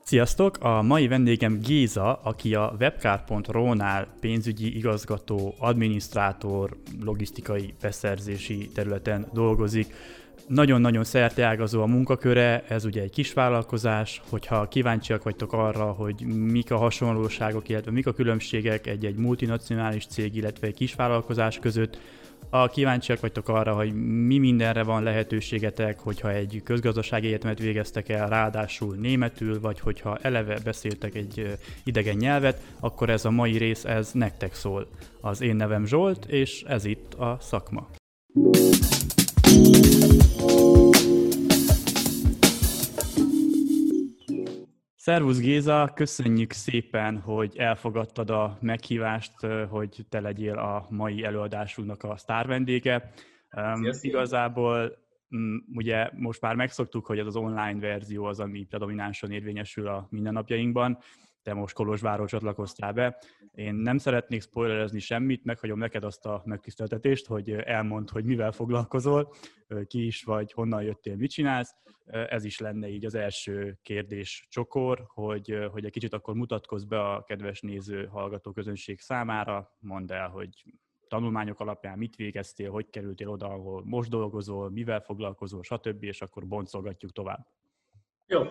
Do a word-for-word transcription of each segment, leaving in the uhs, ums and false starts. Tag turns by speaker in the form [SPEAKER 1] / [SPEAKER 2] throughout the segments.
[SPEAKER 1] Sziasztok! A mai vendégem Géza, aki a webcar pont ro-nál pénzügyi igazgató, adminisztrátor, logisztikai beszerzési területen dolgozik. Nagyon-nagyon szerteágazó a munkaköre, ez ugye egy kisvállalkozás, hogyha kíváncsiak vagytok arra, hogy mik a hasonlóságok, illetve mik a különbségek egy-egy multinacionális cég, illetve egy kisvállalkozás között, ha kíváncsiak vagytok arra, hogy mi mindenre van lehetőségetek, hogyha egy közgazdasági egyetemet végeztek el, ráadásul németül, vagy hogyha eleve beszéltek egy idegen nyelvet, akkor ez a mai rész, ez nektek szól. Az én nevem Zsolt, és ez itt a szakma. Szervusz Géza, köszönjük szépen, hogy elfogadtad a meghívást, hogy te legyél a mai előadásunknak a sztárvendége.
[SPEAKER 2] Sziasztok.
[SPEAKER 1] Igazából ugye most már megszoktuk, hogy ez az online verzió az, ami predominánsan érvényesül a mindennapjainkban. Te most Kolozsvárról csatlakoztál be. Én nem szeretnék spoilerezni semmit, meghagyom neked azt a megtiszteltetést, hogy elmondd, hogy mivel foglalkozol, ki is vagy, honnan jöttél, mit csinálsz. Ez is lenne így az első kérdés csokor, hogy, hogy egy kicsit akkor mutatkozz be a kedves néző, hallgató közönség számára, mondd el, hogy tanulmányok alapján mit végeztél, hogy kerültél oda, ahol most dolgozol, mivel foglalkozol, stb., és akkor boncolgatjuk tovább.
[SPEAKER 2] Jó.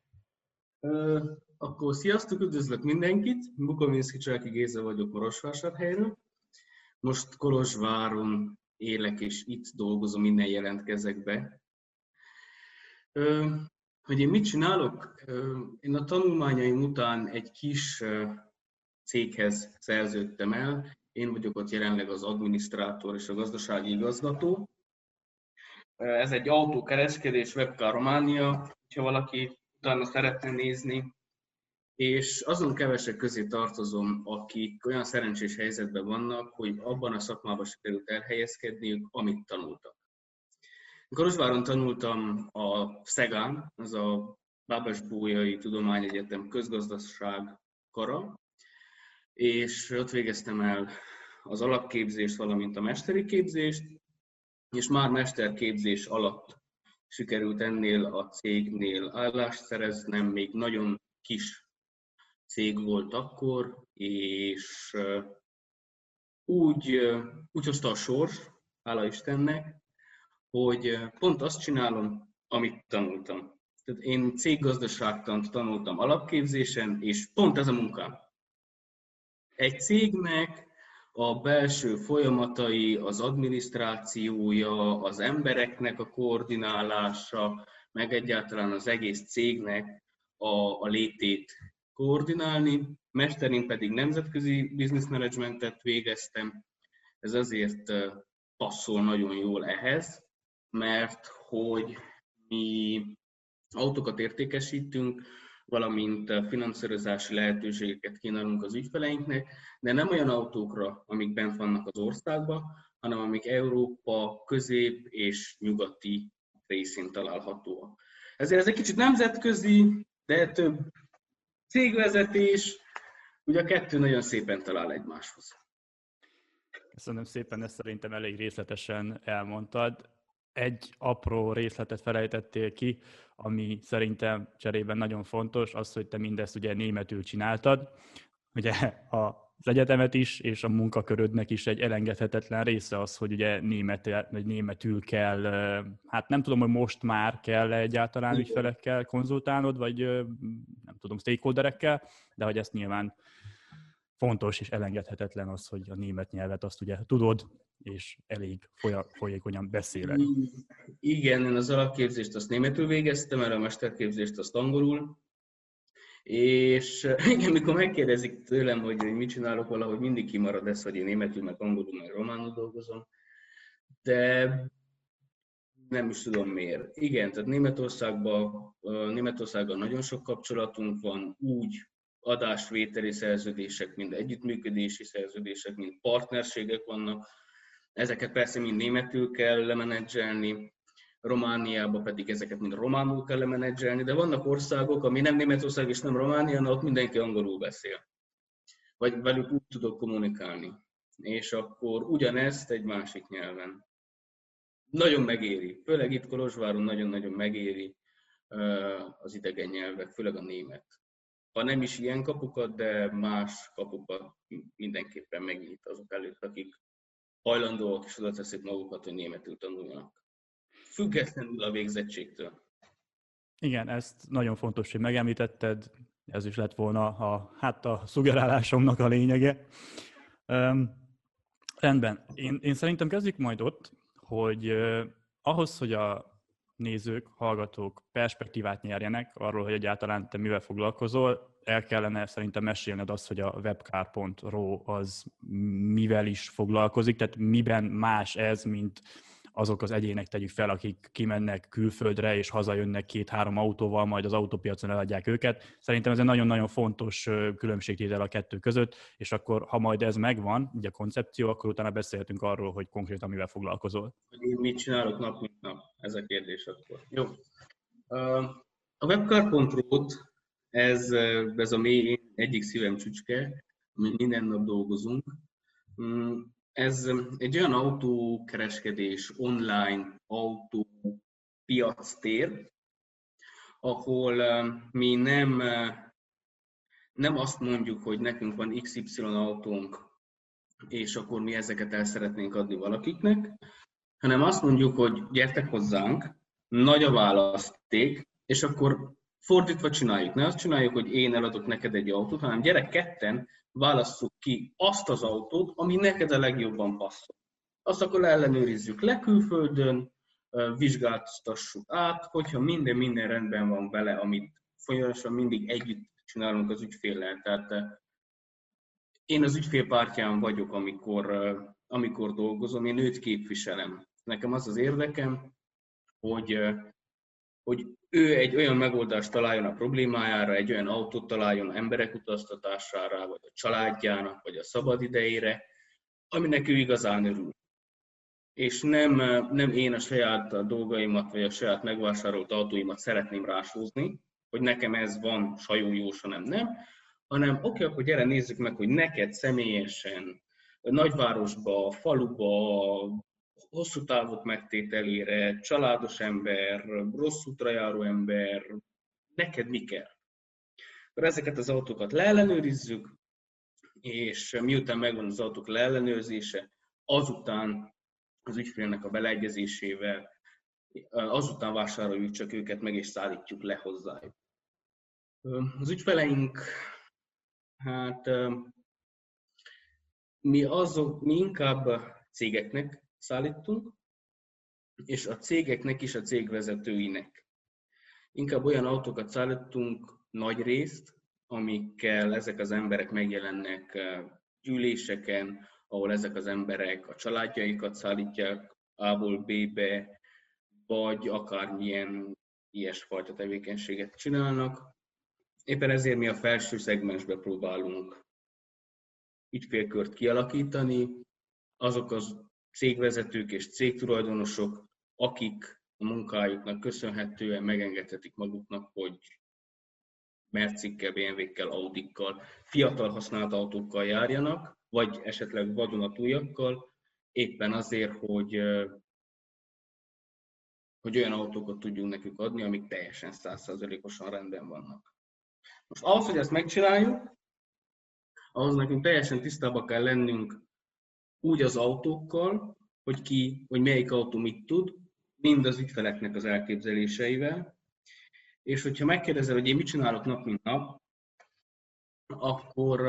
[SPEAKER 2] Uh, akkor sziasztok, üdvözlök mindenkit. Bukovinszky Csáki Géza vagyok Marosvásárhelyről. Most Kolozsváron élek, és itt dolgozom, innen jelentkezek be. Uh, hogy én mit csinálok? Uh, én a tanulmányaim után egy kis uh, céghez szerződtem el. Én vagyok ott jelenleg az adminisztrátor és a gazdasági igazgató. Ez egy autókereskedés, Webcar Románia, ha valaki utána szeretne nézni. És azon kevesek közé tartozom, akik olyan szerencsés helyzetben vannak, hogy abban a szakmában sikerült elhelyezkedniük, amit tanultak. Kolozsváron tanultam a szegán, az a Bábes-Bolyai Tudományegyetem közgazdaság kara, és ott végeztem el az alapképzést, valamint a mesteri képzést, és már mesterképzés alatt sikerült ennél a cégnél állást szereznem, még nagyon kis cég volt akkor, és úgy, úgy hozta a sors, hála Istennek, hogy pont azt csinálom, amit tanultam. Tehát én céggazdaságtant tanultam alapképzésen, és pont ez a munkám. Egy cégnek a belső folyamatai, az adminisztrációja, az embereknek a koordinálása, meg egyáltalán az egész cégnek a, a létét koordinálni. Mesterén pedig nemzetközi business managementet végeztem. Ez azért passzol nagyon jól ehhez, mert hogy mi autókat értékesítünk, valamint finanszírozási lehetőségeket kínálunk az ügyfeleinknek, de nem olyan autókra, amik bent vannak az országban, hanem amik Európa közép és nyugati részén találhatóak. Ezért ez egy kicsit nemzetközi, de több cégvezetés, ugye a kettő nagyon szépen talál egymáshoz.
[SPEAKER 1] Köszönöm szépen, ezt szerintem elég részletesen elmondtad. Egy apró részletet felejtettél ki, ami szerintem cserében nagyon fontos, az, hogy te mindezt ugye németül csináltad. Ugye az egyetemet is, és a munkakörödnek is egy elengedhetetlen része az, hogy ugye német, németül kell, hát nem tudom, hogy most már kell egyáltalán ügyfelekkel konzultálnod, vagy nem tudom, stakeholderekkel, de hogy ezt nyilván fontos és elengedhetetlen az, hogy a német nyelvet azt ugye tudod, és elég folyékonyan beszéled.
[SPEAKER 2] Igen, én az alapképzést azt németül végeztem, el a mesterképzést azt angolul, és igen, mikor megkérdezik tőlem, hogy mit csinálok, valahogy mindig kimarad ez, hogy én németül, meg angolul, meg románul dolgozom, de nem is tudom miért. Igen, tehát Németországban, Németországgal nagyon sok kapcsolatunk van, úgy adásvételi szerződések, mind együttműködési szerződések, mind partnerségek vannak. Ezeket persze mind németül kell lemenedzselni, Romániában pedig ezeket mind románul kell lemenedzselni, de vannak országok, ami nem Németország és nem Románia, ott mindenki angolul beszél. Vagy velük úgy tudok kommunikálni. És akkor ugyanezt egy másik nyelven. Nagyon megéri, főleg itt Kolozsváron nagyon-nagyon megéri az idegen nyelvek, főleg a német. Ha nem is ilyen kapukat, de más kapukat mindenképpen megnyit azok előtt, akik hajlandóak és oda teszik magukat, hogy németül tanuljanak. Függetlenül a végzettségtől.
[SPEAKER 1] Igen, ezt nagyon fontos, hogy megemlítetted, ez is lett volna a, hát a szugerálásomnak a lényege. Um, rendben, én, én szerintem kezdjük majd ott, hogy uh, ahhoz, hogy a nézők, hallgatók perspektívát nyerjenek arról, hogy egyáltalán te mivel foglalkozol, el kellene szerintem mesélned azt, hogy a webcar pont ro az mivel is foglalkozik, tehát miben más ez, mint azok az egyének tegyük fel, akik kimennek külföldre és hazajönnek két-három autóval, majd az autópiacon eladják őket. Szerintem ez egy nagyon-nagyon fontos különbségtétel a kettő között, és akkor, ha majd ez megvan, ugye a koncepció, akkor utána beszélhetünk arról, hogy konkrétan mivel foglalkozol.
[SPEAKER 2] Hogy mit csinálok nap, mint nap? Ez a kérdés akkor. Jó. A webcar pont ro-t, ez, ez a mély egyik szívem csücske, minden nap dolgozunk. Ez egy olyan autókereskedés, online autópiactér, ahol mi nem, nem azt mondjuk, hogy nekünk van iksz ipszilon autónk, és akkor mi ezeket el szeretnénk adni valakiknek, hanem azt mondjuk, hogy gyertek hozzánk, nagy a választék, és akkor fordítva csináljuk. Ne azt csináljuk, hogy én eladok neked egy autót, hanem gyerek ketten, válasszuk ki azt az autót, ami neked a legjobban passzol. Azt akkor ellenőrizzük le külföldön, vizsgáltassuk át, hogyha minden, minden rendben van vele, amit folyamatosan mindig együtt csinálunk az ügyféllel. Tehát én az ügyfél pártján vagyok, amikor, amikor dolgozom, én őt képviselem. Nekem az az érdekem, hogy, hogy ő egy olyan megoldást találjon a problémájára, egy olyan autót találjon emberek utaztatására, vagy a családjának, vagy a szabadidejére, aminek ő igazán örül. És nem, nem én a saját dolgaimat, vagy a saját megvásárolt autóimat szeretném rásózni, hogy nekem ez van, sajó jó, hanem nem, hanem oké, okay, akkor gyere nézzük meg, hogy neked személyesen, nagyvárosba, faluba, hosszú távok megtételére, családos ember, rossz útra járó ember, neked mi kell? Akkor ezeket az autókat leellenőrizzük, és miután megvan az autók leellenőrzése, azután az ügyfélnek a beleegyezésével, azután vásároljuk csak őket meg, és szállítjuk le hozzájuk. Az ügyfeleink, hát mi, azok, mi inkább cégeknek szállítunk, és a cégeknek is a cégvezetőinek. Inkább olyan autókat szállítunk nagy részt, amikkel ezek az emberek megjelennek gyűléseken, ahol ezek az emberek a családjaikat szállítják A-ból B-be, vagy akármilyen ilyesfajta tevékenységet csinálnak. Éppen ezért mi a felső szegmensbe próbálunk ügyfélkört kialakítani. Azok az cégvezetők és cégtulajdonosok, akik a munkájuknak köszönhetően megengedhetik maguknak, hogy Mercikkel, bé em vé-kkel, Audikkal, fiatal használt autókkal járjanak, vagy esetleg vadonatújakkal, éppen azért, hogy, hogy olyan autókat tudjunk nekük adni, amik teljesen száz százalékosan rendben vannak. Most ahhoz, hogy ezt megcsináljuk, ahhoz nekünk teljesen tisztában kell lennünk úgy az autókkal, hogy ki, hogy melyik autó mit tud, mind az ügyfeleknek az elképzeléseivel. És hogyha megkérdezel, hogy én mit csinálok nap, mint nap, akkor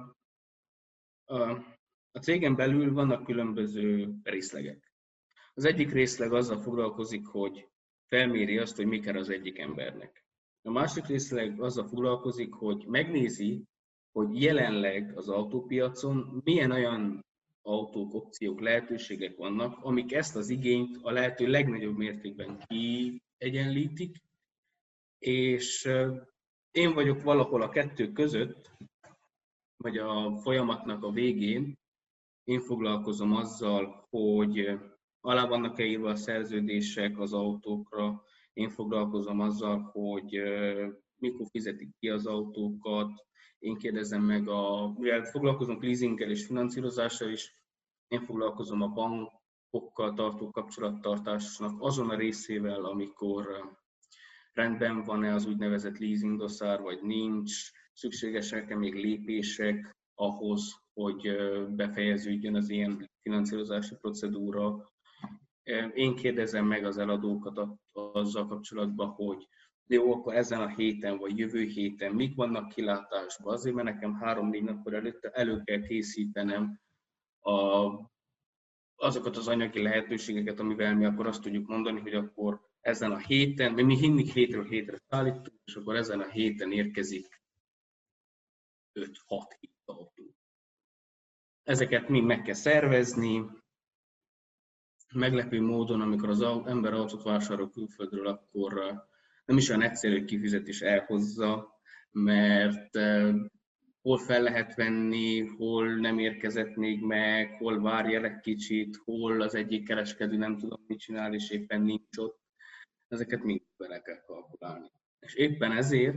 [SPEAKER 2] a cégen belül vannak különböző részlegek. Az egyik részleg azzal foglalkozik, hogy felméri azt, hogy mi kell az egyik embernek. A másik részleg azzal foglalkozik, hogy megnézi, hogy jelenleg az autópiacon milyen olyan autók, opciók, lehetőségek vannak, amik ezt az igényt a lehető legnagyobb mértékben kiegyenlítik, és én vagyok valahol a kettő között, vagy a folyamatnak a végén, én foglalkozom azzal, hogy alá vannak-e írva a szerződések az autókra, én foglalkozom azzal, hogy mikor fizetik ki az autókat, én kérdezem meg, a, mivel foglalkozom leasinggel és finanszírozással is, én foglalkozom a bankokkal tartó kapcsolattartásnak azon a részével, amikor rendben van-e az úgynevezett leasing dosszár, vagy nincs, szükségesek-e még lépések ahhoz, hogy befejeződjön az ilyen finanszírozási procedúra. Én kérdezem meg az eladókat azzal kapcsolatban, hogy jó, akkor ezen a héten vagy jövő héten mik vannak kilátásban, azért, mert nekem három-négy nappal előtte elő kell készítenem a, azokat az anyagi lehetőségeket, amivel mi akkor azt tudjuk mondani, hogy akkor ezen a héten, mi mindig hétről hétre szállítunk, és akkor ezen a héten érkezik öt-hat hét autó. Ezeket mind meg kell szervezni. Meglepő módon, amikor az ember autót vásárol külföldről, akkor nem is olyan egyszerű, hogy kifizet és elhozza, mert hol fel lehet venni, hol nem érkezett még meg, hol várja egy kicsit, hol az egyik kereskedő nem tudom mit csinál, és éppen nincs ott. Ezeket mind bele kell kalkulálni. És éppen ezért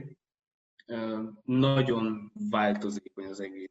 [SPEAKER 2] nagyon változékony az egész.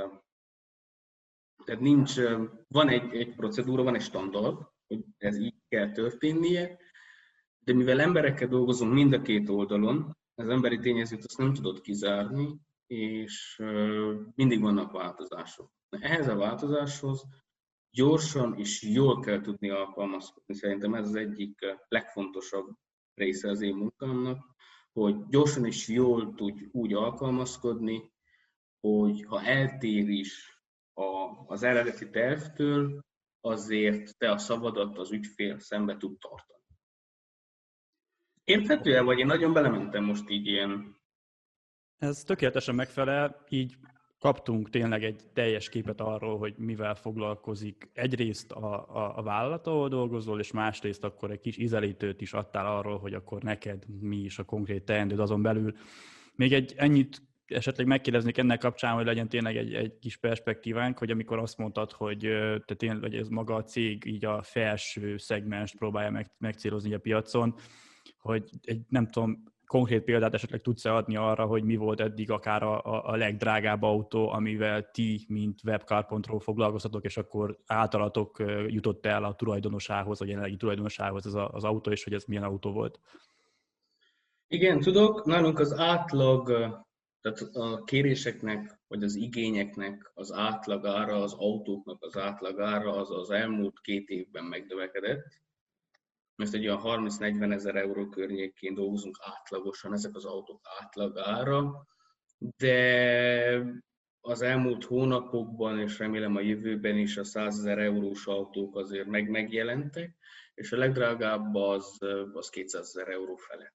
[SPEAKER 2] Tehát nincs, van egy, egy procedúra, van egy standard, hogy ez így kell történnie, de mivel emberekkel dolgozunk mind a két oldalon, az emberi tényezőt azt nem tudod kizárni, és mindig vannak változások. Ehhez a változáshoz gyorsan és jól kell tudni alkalmazkodni. Szerintem ez az egyik legfontosabb része az én munkámnak, hogy gyorsan és jól tudj úgy alkalmazkodni, hogy ha eltér is a, az eredeti tervtől, azért te a szavadat az ügyfél szembe tud tartani. Érthető-e, vagy én nagyon belementem most így ilyen?
[SPEAKER 1] Ez tökéletesen megfelel, így kaptunk tényleg egy teljes képet arról, hogy mivel foglalkozik egyrészt a, a, a vállalat, ahol dolgozol, és másrészt akkor egy kis ízelítőt is adtál arról, hogy akkor neked mi is a konkrét teendőd azon belül. Még egy ennyit esetleg megkérdeznék ennek kapcsán, hogy legyen tényleg egy, egy kis perspektívánk, hogy amikor azt mondtad, hogy te tényleg, hogy ez maga a cég így a felső szegmenst próbálja meg, megcélozni a piacon, hogy egy, nem tudom, konkrét példát esetleg tudsz-e adni arra, hogy mi volt eddig akár a, a legdrágább autó, amivel ti, mint webcar pont ru foglalkoztatok, és akkor általatok jutott el a tulajdonosához, vagy jelenlegi tulajdonosához ez a, az autó, és hogy ez milyen autó volt?
[SPEAKER 2] Igen, tudok. Nálunk az átlag, tehát a kéréseknek, vagy az igényeknek az átlagára, az autóknak az átlagára az az elmúlt két évben megnövekedett. Mert egy olyan harminc-negyven ezer euró környékén dolgozunk átlagosan, ezek az autók átlagára, de az elmúlt hónapokban, és remélem a jövőben is a százezer eurós autók azért meg megjelentek, és a legdrágább az, az kétszázezer euró felett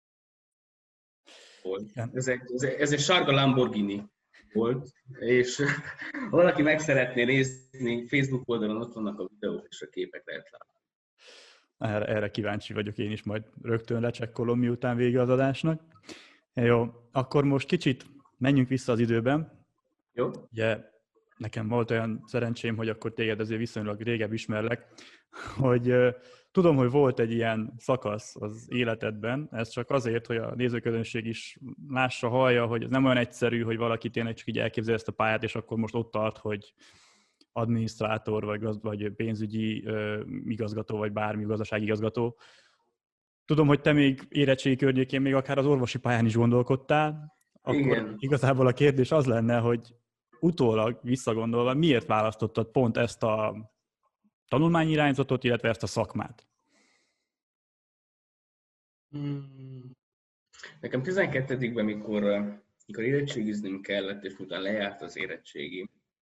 [SPEAKER 2] volt. Ez egy, ez, egy, ez egy sárga Lamborghini volt, és ha valaki meg szeretné nézni, Facebook oldalon ott vannak a videók és a képek lehet látni.
[SPEAKER 1] Erre, erre kíváncsi vagyok én is, majd rögtön lecsekkolom, miután vége az adásnak. Jó, akkor most kicsit menjünk vissza az időben.
[SPEAKER 2] Jó.
[SPEAKER 1] Ugye nekem volt olyan szerencsém, hogy akkor téged azért viszonylag régebb ismerlek, hogy uh, tudom, hogy volt egy ilyen szakasz az életedben, ez csak azért, hogy a nézőközönség is lássa, hallja, hogy ez nem olyan egyszerű, hogy valaki tényleg csak így elképzel ezt a pályát, és akkor most ott tart, hogy adminisztrátor, vagy, gaz, vagy pénzügyi uh, igazgató, vagy bármi gazdasági igazgató. Tudom, hogy te még érettségi környékén még akár az orvosi pályán is gondolkodtál, akkor igen. Igazából a kérdés az lenne, hogy utólag visszagondolva, miért választottad pont ezt a tanulmányirányzatot, illetve ezt a szakmát?
[SPEAKER 2] Hmm. Nekem tizenkettedikben, mikor, mikor érettségiznem kellett, és utána lejárt az érettségi,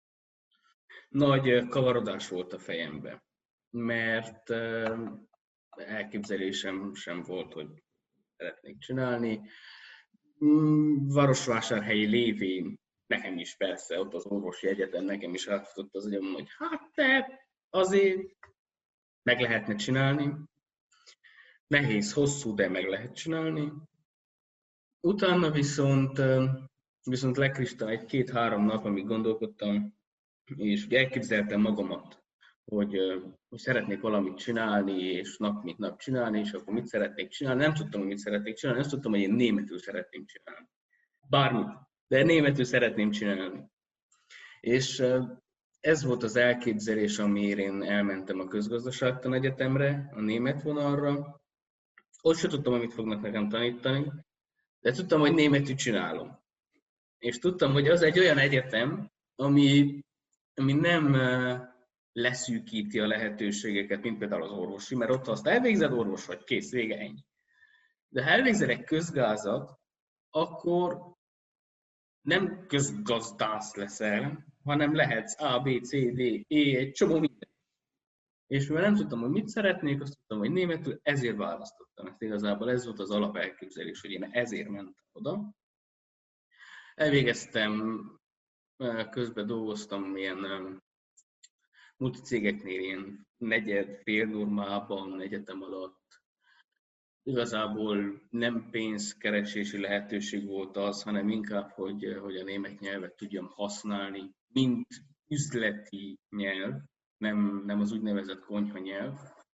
[SPEAKER 2] nagy kavarodás volt a fejemben, mert elképzelésem sem volt, hogy szeretnék csinálni. Varosvásárhelyi lévén nekem is persze, ott az orvosi egyetem nekem is átfutott az agyam, hogy hát te azért meg lehetne csinálni. Nehéz, hosszú, de meg lehet csinálni. Utána viszont, viszont lekrista egy két-három nap, amíg gondolkodtam, és elképzeltem magamat, hogy, hogy szeretnék valamit csinálni, és nap mint nap csinálni, és akkor mit szeretnék csinálni. Nem tudtam, hogy mit szeretnék csinálni, azt tudtam, hogy én németül szeretném csinálni. Bármit, de németül szeretném csinálni. És ez volt az elképzelés, amiért én elmentem a Közgazdaságtan Egyetemre, a német vonalra, Ott sem tudtam, hogy mit fognak nekem tanítani, de tudtam, hogy németül csinálom. És tudtam, hogy az egy olyan egyetem, ami, ami nem leszűkíti a lehetőségeket, mint például az orvosi, mert ott azt elvégzed, orvos vagy, kész, vége, ennyi. De ha elvégzed egy közgázat, akkor nem közgazdász leszel, hanem lehetsz A, B, C, D, E, egy csomó minden. És mivel nem tudtam, hogy mit szeretnék, azt tudtam, hogy németül, ezért választottam. Ezt igazából ez volt az alapelképzelés, hogy én ezért mentem oda. Elvégeztem, közben dolgoztam ilyen multicégeknél, ilyen negyed, fél normában, egyetem alatt. Igazából nem pénzkeresési lehetőség volt az, hanem inkább, hogy, hogy a német nyelvet tudjam használni, mint üzleti nyelv, nem, nem az úgynevezett konyha nyelv.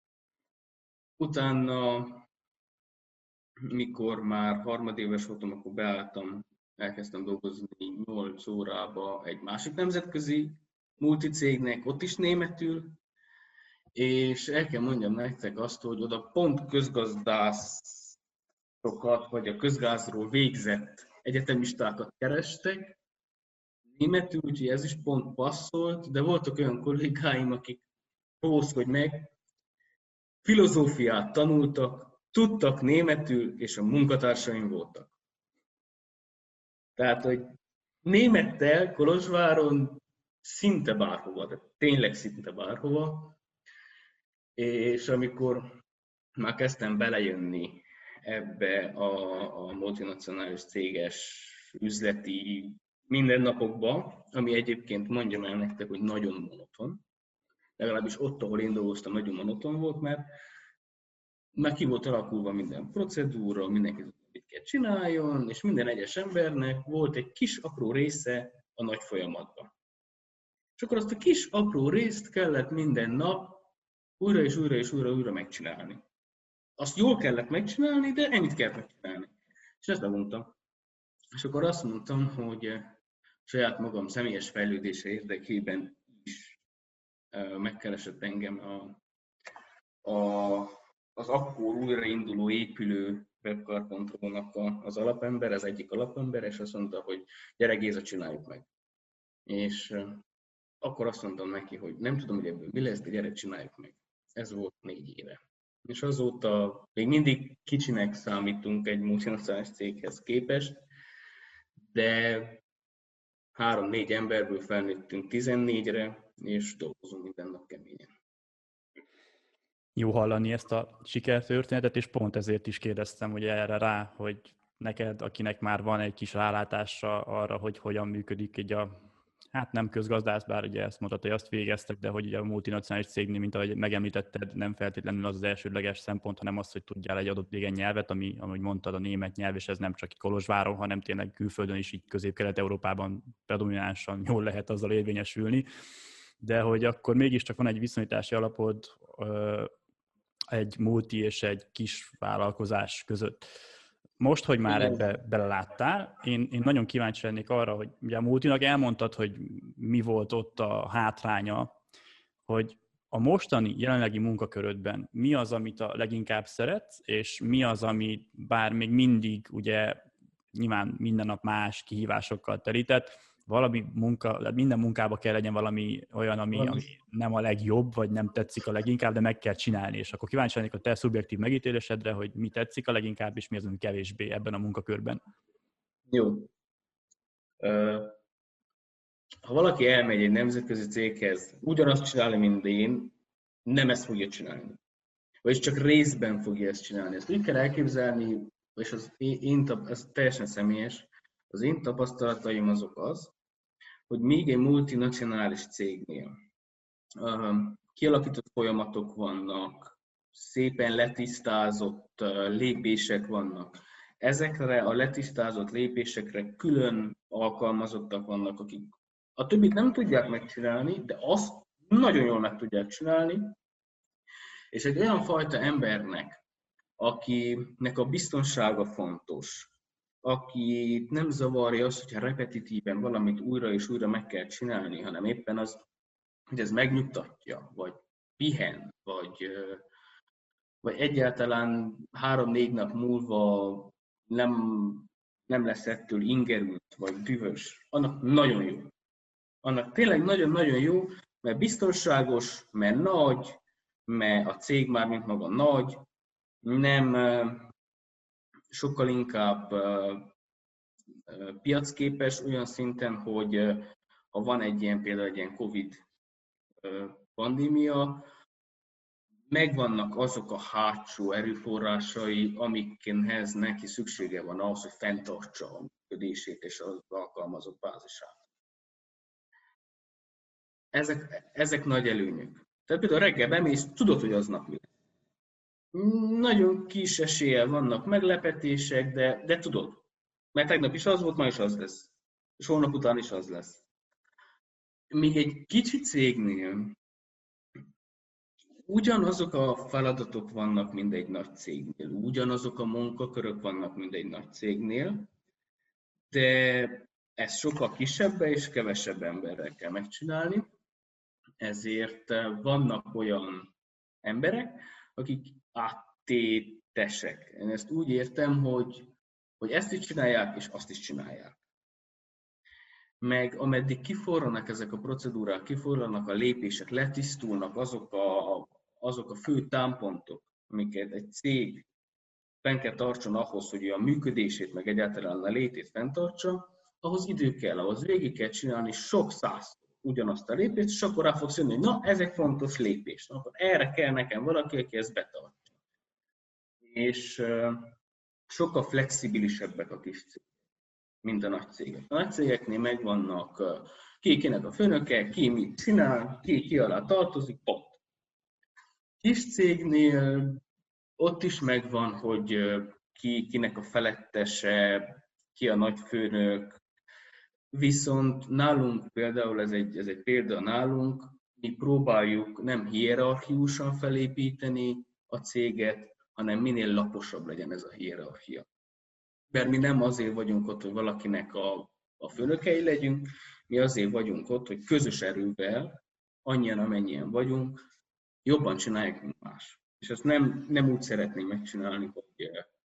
[SPEAKER 2] Utána, mikor már harmadéves voltam, akkor beálltam, elkezdtem dolgozni nyolc órába egy másik nemzetközi multicégnek, ott is németül, és el kell mondjam nektek azt, hogy oda pont közgazdászokat, vagy a közgázról végzett egyetemistákat kerestek, németül, úgyhogy ez is pont passzolt, de voltak olyan kollégáim, akik hogy meg, filozófiát tanultak, tudtak németül, és a munkatársaim voltak. Tehát, hogy némettel Kolozsváron szinte bárhova, de tényleg szinte bárhova, és amikor már kezdtem belejönni ebbe a, a multinacionális céges üzleti mindennapokba, ami egyébként mondjam el nektek, hogy nagyon monoton. Legalábbis ott, ahol én dolgoztam, nagyon monoton volt, mert már ki volt alakulva minden procedúra, mindenki mit kell csináljon, és minden egyes embernek volt egy kis apró része a nagy folyamatban. És akkor azt a kis apró részt kellett minden nap újra és újra és újra, újra megcsinálni. Azt jól kellett megcsinálni, de ennyit kellett megcsinálni. És ezt bevontam. És akkor azt mondtam, hogy saját magam személyes fejlődése érdekében is megkeresett engem a, a, az akkor újrainduló épülő webcar pont ro-nak az alapember, az egyik alapember, és azt mondta, hogy gyere Géza, csináljuk meg. És akkor azt mondtam neki, hogy nem tudom, hogy ebből mi lesz, de gyere, csináljuk meg. Ez volt négy éve. És azóta még mindig kicsinek számítunk egy multinacionális céghez képest, de három-négy emberből felnőttünk tizennégyre, és dolgozunk minden nap keményen.
[SPEAKER 1] Jó hallani ezt a sikertörténetet, és pont ezért is kérdeztem ugye erre rá, hogy neked, akinek már van egy kis rálátása arra, hogy hogyan működik így a, hát nem közgazdász, bár ugye ezt mondtad, hogy azt végeztek, de hogy ugye a multinacionális cégnél, mint ahogy megemlítetted, nem feltétlenül az az elsődleges szempont, hanem az, hogy tudjál egy adott idegen nyelvet, ami, ahogy mondtad, a német nyelv, és ez nem csak itt Kolozsváron, hanem tényleg külföldön is, így Közép-Kelet-Európában predominánsan jól lehet azzal érvényesülni. De hogy akkor mégiscsak van egy viszonyítási alapod egy multi és egy kis vállalkozás között. Most, hogy már ebbe beleláttál, én, én nagyon kíváncsi lennék arra, hogy ugye a multinak elmondtad, hogy mi volt ott a hátránya, hogy a mostani jelenlegi munkakörödben mi az, amit a leginkább szeretsz, és mi az, ami bár még mindig ugye nyilván minden nap más kihívásokkal terített, valami munka, minden munkába kell legyen valami olyan, ami, ami nem a legjobb, vagy nem tetszik a leginkább, de meg kell csinálni. És akkor kíváncsi lennék a te szubjektív megítélésedre, hogy mi tetszik a leginkább, és mi az, ami kevésbé ebben a munkakörben.
[SPEAKER 2] Jó. Ha valaki elmegy egy nemzetközi céghez, ugyanazt csinálni, mint én, nem ezt fogja csinálni. Vagyis csak részben fogja ezt csinálni. Ezt úgy kell elképzelni, és az én, ez teljesen személyes, az én tapasztalataim azok az, hogy még egy multinacionális cégnél kialakított folyamatok vannak, szépen letisztázott lépések vannak. Ezekre a letisztázott lépésekre külön alkalmazottak vannak, akik a többit nem tudják megcsinálni, de azt nagyon jól meg tudják csinálni. És egy olyan fajta embernek, akinek a biztonsága fontos, aki nem zavarja azt, hogyha repetitíven valamit újra és újra meg kell csinálni, hanem éppen az, hogy ez megnyugtatja, vagy pihen, vagy, vagy egyáltalán három-négy nap múlva nem, nem lesz ettől ingerült, vagy dühös, annak nagyon jó. Annak tényleg nagyon-nagyon jó, mert biztonságos, mert nagy, mert a cég már mint maga nagy, nem sokkal inkább piacképes olyan szinten, hogy ha van egy ilyen például egy ilyen Covid pandémia, megvannak azok a hátsó erőforrásai, amikhez neki szüksége van ahhoz, hogy fenntartsa a működését és az alkalmazott bázisát. Ezek, ezek nagy előnyök. Tehát például reggel bemész, tudod, hogy aznap mi lesz. Nagyon kis eséllyel vannak meglepetések, de, de tudod. Mert tegnap is az volt, ma is az lesz. És holnap után is az lesz. Míg egy kicsi cégnél ugyanazok a feladatok vannak, mint egy nagy cégnél. Ugyanazok a munkakörök vannak, mint egy nagy cégnél. De ezt sokkal kisebbre és kevesebb emberrel kell megcsinálni. Ezért vannak olyan emberek, akik áttétesek. Én ezt úgy értem, hogy, hogy ezt is csinálják, és azt is csinálják. Meg ameddig kiforranak ezek a procedúrák, kiforranak a lépések, letisztulnak azok a, azok a fő támpontok, amiket egy cég fenn kell tartson ahhoz, hogy a működését, meg egyáltalán a létét fenntartsa, ahhoz idő kell, ahhoz végig kell csinálni sok száz ugyanazt a lépést, és akkor rá fogsz jönni, hogy na, ezek fontos lépés. Na, akkor erre kell nekem valaki, aki ezt betartja. És uh, sokkal flexibilisebbek a kis cégek, mint a nagy cégek. A nagy cégeknél megvannak uh, ki kinek a főnöke, ki mit csinál, ki ki alá tartozik, pont. Kis cégnél ott is megvan, hogy uh, ki kinek a felettese, ki a nagy főnök. Viszont nálunk például, ez egy, ez egy példa nálunk, mi próbáljuk nem hierarchiusan felépíteni a céget, hanem minél laposabb legyen ez a hierarchia. Mert mi nem azért vagyunk ott, hogy valakinek a, a főnökei legyünk, mi azért vagyunk ott, hogy közös erővel, annyian amennyien vagyunk, jobban csináljuk, mint más. És ezt nem, nem úgy szeretnénk megcsinálni, hogy,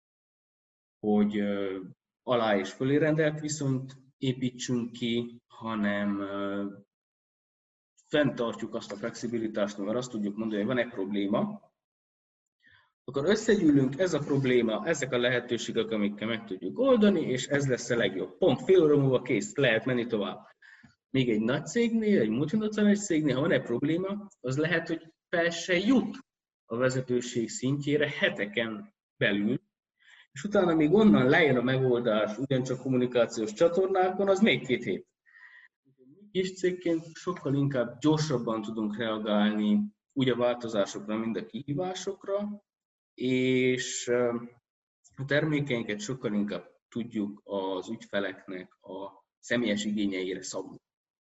[SPEAKER 2] hogy alá és fölé rendelt, viszont építsünk ki, hanem uh, fenntartjuk azt a flexibilitást, mert azt tudjuk mondani, hogy van egy probléma, akkor összegyűlünk, ez a probléma, ezek a lehetőségek, amikkel meg tudjuk oldani, és ez lesz a legjobb. Pont fél óra múlva kész, lehet menni tovább. Még egy nagy cégnél, egy multinacionális cégnél, ha van egy probléma, az lehet, hogy fel se jut a vezetőség szintjére heteken belül, és utána még onnan lejön a megoldás ugyancsak kommunikációs csatornákon, az még két hét. Kis cégként sokkal inkább gyorsabban tudunk reagálni úgy a változásokra, mint a kihívásokra, és a termékeinket sokkal inkább tudjuk az ügyfeleknek a személyes igényeire szabni.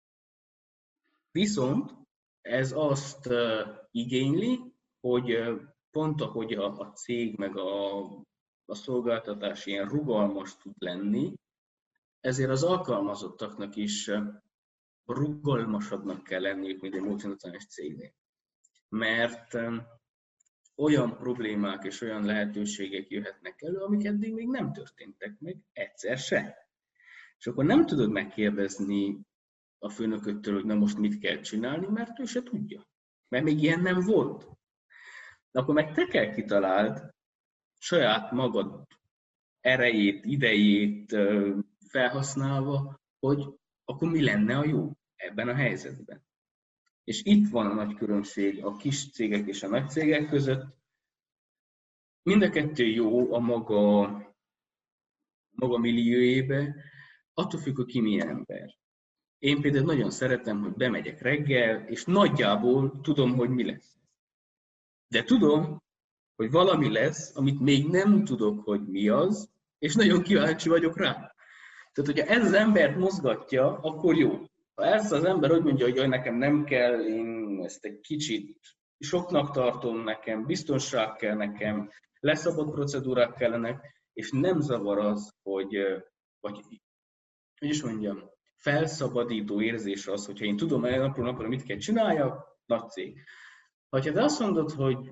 [SPEAKER 2] Viszont ez azt igényli, hogy pont ahogy a cég meg a a szolgáltatás ilyen rugalmas tud lenni, ezért az alkalmazottaknak is rugalmasabbnak kell lenniük, mint egy multinacionális cégnél. Mert olyan problémák és olyan lehetőségek jöhetnek elő, amik eddig még nem történtek meg egyszer se. És akkor nem tudod megkérdezni a főnököttől, hogy na most mit kell csinálni, mert ő se tudja. Mert még ilyen nem volt. De akkor meg te kell kitaláld, saját magad erejét, idejét felhasználva, hogy akkor mi lenne a jó ebben a helyzetben. És itt van a nagy különbség a kis cégek és a nagy cégek között. Mind a kettő jó a maga, maga milliójébe, attól függ, hogy ki milyen ember. Én például nagyon szeretem, hogy bemegyek reggel, és nagyjából tudom, hogy mi lesz. De tudom, hogy valami lesz, amit még nem tudok, hogy mi az, és nagyon kíváncsi vagyok rá. Tehát, hogyha ez az embert mozgatja, akkor jó. Ha ez az ember úgy mondja, hogy nekem nem kell, én ezt egy kicsit soknak tartom, nekem biztonság kell, nekem leszabott procedúrák kellenek, és nem zavar az, hogy, vagy, hogy is mondjam, felszabadító érzés az, hogyha én tudom el napról napra, mit kell csináljak, nagy cég. Ha te azt mondod, hogy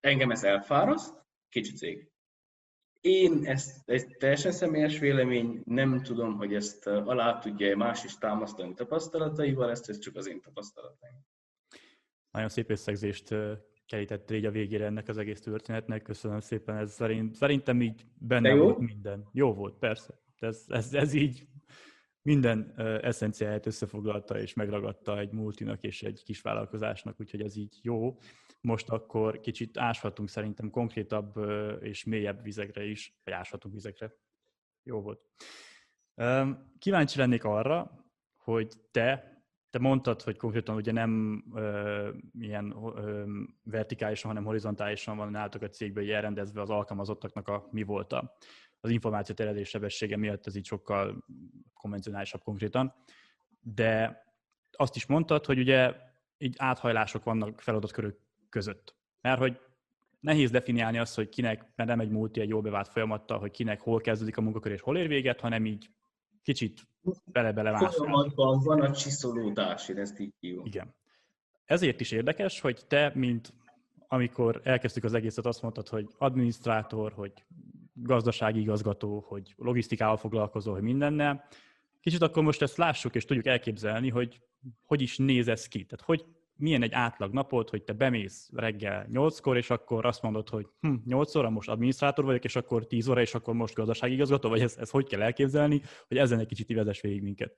[SPEAKER 2] engem ez elfáraszt, kicsi cég. Én, ezt egy teljesen személyes vélemény, nem tudom, hogy ezt alá tudja más is támasztani tapasztalataival, ezt ez csak az én tapasztalataim.
[SPEAKER 1] Nagyon szép összegzést kerítettél így a végére ennek az egész történetnek, köszönöm szépen, ez szerint, szerintem így benne volt minden. Jó volt, persze. Ez, ez, ez így minden eszenciáját összefoglalta és megragadta egy multinak és egy kisvállalkozásnak, úgyhogy ez így jó. Most akkor kicsit áshatunk szerintem konkrétabb és mélyebb vizekre is, vagy áshatunk vizekre. Jó volt. Kíváncsi lennék arra, hogy te, te mondtad, hogy konkrétan ugye nem ö, ilyen ö, vertikálisan, hanem horizontálisan van nálatok a cégben elrendezve az alkalmazottaknak a mi volt a, az információ terjedés sebessége miatt, ez így sokkal konvencionálisabb konkrétan. De azt is mondtad, hogy ugye így áthajlások vannak feladatkörök között. Mert hogy nehéz definiálni azt, hogy kinek, mert nem egy multi, egy jól bevált folyamattal, hogy kinek hol kezdődik a munkakör és hol ér véget, hanem így kicsit bele-bele mászkál.
[SPEAKER 2] Folyamatban van a csiszolódás, én ezt így hívom.
[SPEAKER 1] Igen. Ezért is érdekes, hogy te, mint amikor elkezdtük az egészet, azt mondtad, hogy adminisztrátor, hogy gazdasági igazgató, hogy logisztikával foglalkozó, hogy mindennel. Kicsit akkor most ezt lássuk, és tudjuk elképzelni, hogy hogy is néz ez ki. Tehát hogy milyen egy átlag napot, hogy te bemész reggel nyolckor, és akkor azt mondod, hogy hm, nyolc óra most adminisztrátor vagyok, és akkor tíz óra, és akkor most gazdasági igazgató, vagy ez, ez hogy kell elképzelni, hogy ezen egy kicsit vezess végig minket.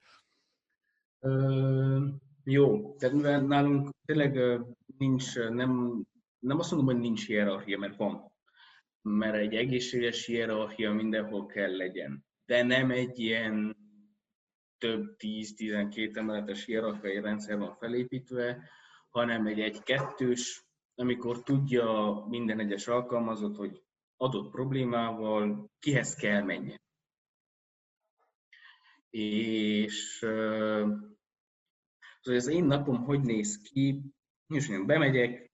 [SPEAKER 2] Ö, jó, tehát mivel nálunk tényleg nincs, nem, nem azt mondom, hogy nincs hierarchia, mert van. Mert egy egészséges hierarchia mindenhol kell legyen. De nem egy ilyen több tíz-tizenkét emeletes hierarchiai rendszer van felépítve, hanem egy egy-kettős, amikor tudja minden egyes alkalmazott, hogy adott problémával kihez kell menjen. És az én napom hogy néz ki, és én bemegyek,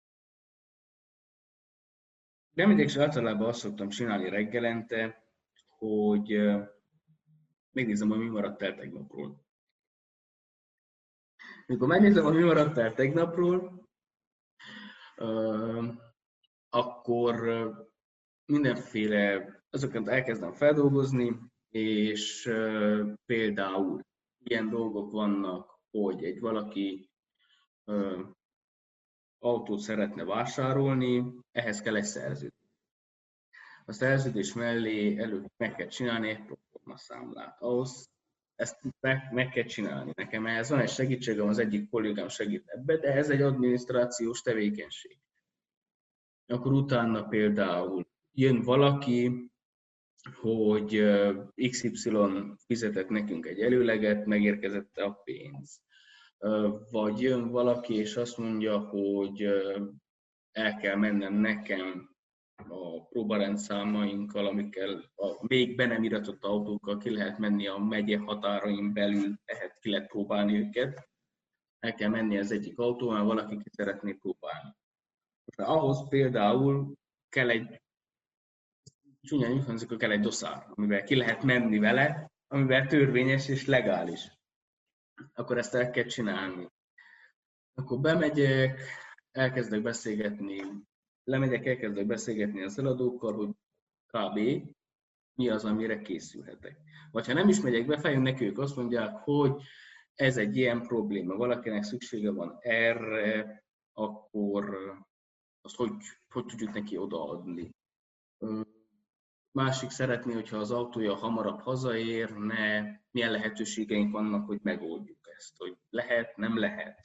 [SPEAKER 2] bemegyek, és általában azt szoktam csinálni reggelente, hogy megnézem, hogy mi maradt el tegnapról. Mikor megnézem, hogy mi maradt el tegnapról, akkor mindenféle, azokat elkezdem feldolgozni, és például ilyen dolgok vannak, hogy egy valaki autót szeretne vásárolni, ehhez kell egy szerződés. A szerződés mellé előtt meg kell csinálni egy proformaszámlát. Ahhoz ezt meg, meg kell csinálni. Nekem ehhez van egy segítségem, az egyik kollégám segít ebbe, de ez egy adminisztrációs tevékenység. Akkor utána például jön valaki, hogy iksz ipszilon fizetett nekünk egy előleget, megérkezett a pénz. Vagy jön valaki, és azt mondja, hogy el kell mennem nekem a próbarendszámainkkal, amikkel a még be nem iratott autókkal ki lehet menni a megye határain belül, lehet ki lehet próbálni őket. El kell menni az egyik autóval, valaki ki szeretné próbálni. Most ahhoz például kell egy, csúnyán úgy hangzik, hogy kell egy doszár, amivel ki lehet menni vele, amivel törvényes és legális. Akkor ezt el kell csinálni. Akkor bemegyek, elkezdek beszélgetni, lemegyek, elkezdek beszélgetni az eladókkal, hogy kb. Mi az, amire készülhetek. Vagy ha nem is megyek be, feljönnek ők, azt mondják, hogy ez egy ilyen probléma, valakinek szüksége van erre, akkor azt hogy, hogy tudjuk neki odaadni. Másik szeretné, hogyha az autója hamarabb hazaérne, milyen lehetőségeink vannak, hogy megoldjuk ezt, hogy lehet, nem lehet.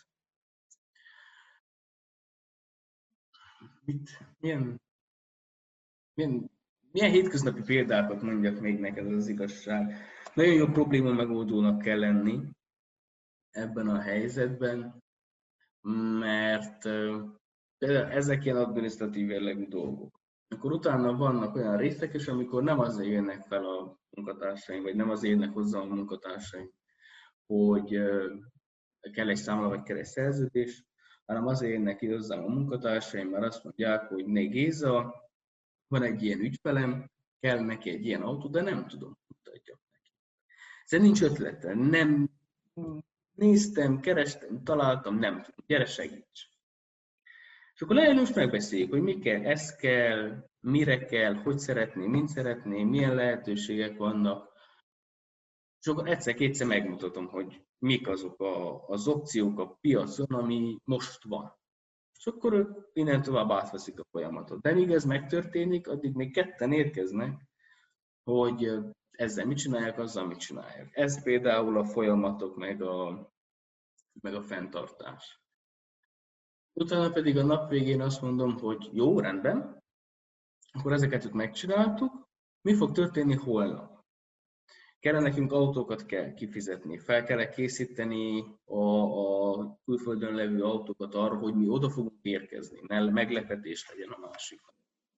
[SPEAKER 2] Mit, milyen, milyen, milyen hétköznapi példákat mondjak még neked, az igazság. Nagyon jó probléma megoldónak kell lenni ebben a helyzetben, mert ezek ilyen adminisztratív jellegű dolgok. Akkor utána vannak olyan részek is, amikor nem azért jönnek fel a munkatársaim, vagy nem azért jönnek hozzá a munkatársaim, hogy kell egy számla, vagy kell egy szerződés, hanem azért jönnek ki hozzám a munkatársaim, mert azt mondják, hogy né Géza, van egy ilyen ügyfelem, kell neki egy ilyen autó, de nem tudom, mutatjak neki. Szóval nincs ötlete, nem néztem, kerestem, találtam, nem tudom, gyere segíts. És akkor leülünk, most megbeszéljük, hogy mi kell, ez kell, mire kell, hogy szeretné, mint szeretné, milyen lehetőségek vannak. És akkor egyszer-kétszer megmutatom, hogy mik azok a, az opciók a piacon, ami most van. És akkor ők innen tovább átveszik a folyamatot. De míg ez megtörténik, addig még ketten érkeznek, hogy ezzel mit csinálják, azzal mit csinálják. Ez például a folyamatok, meg a, meg a fenntartás. Utána pedig a nap végén azt mondom, hogy jó, rendben, akkor ezeket ott megcsináltuk, mi fog történni holnap? Kell nekünk autókat kell kifizetni, fel kell készíteni a, a külföldön levő autókat arra, hogy mi oda fogunk érkezni, ne meglepetés legyen a másikon.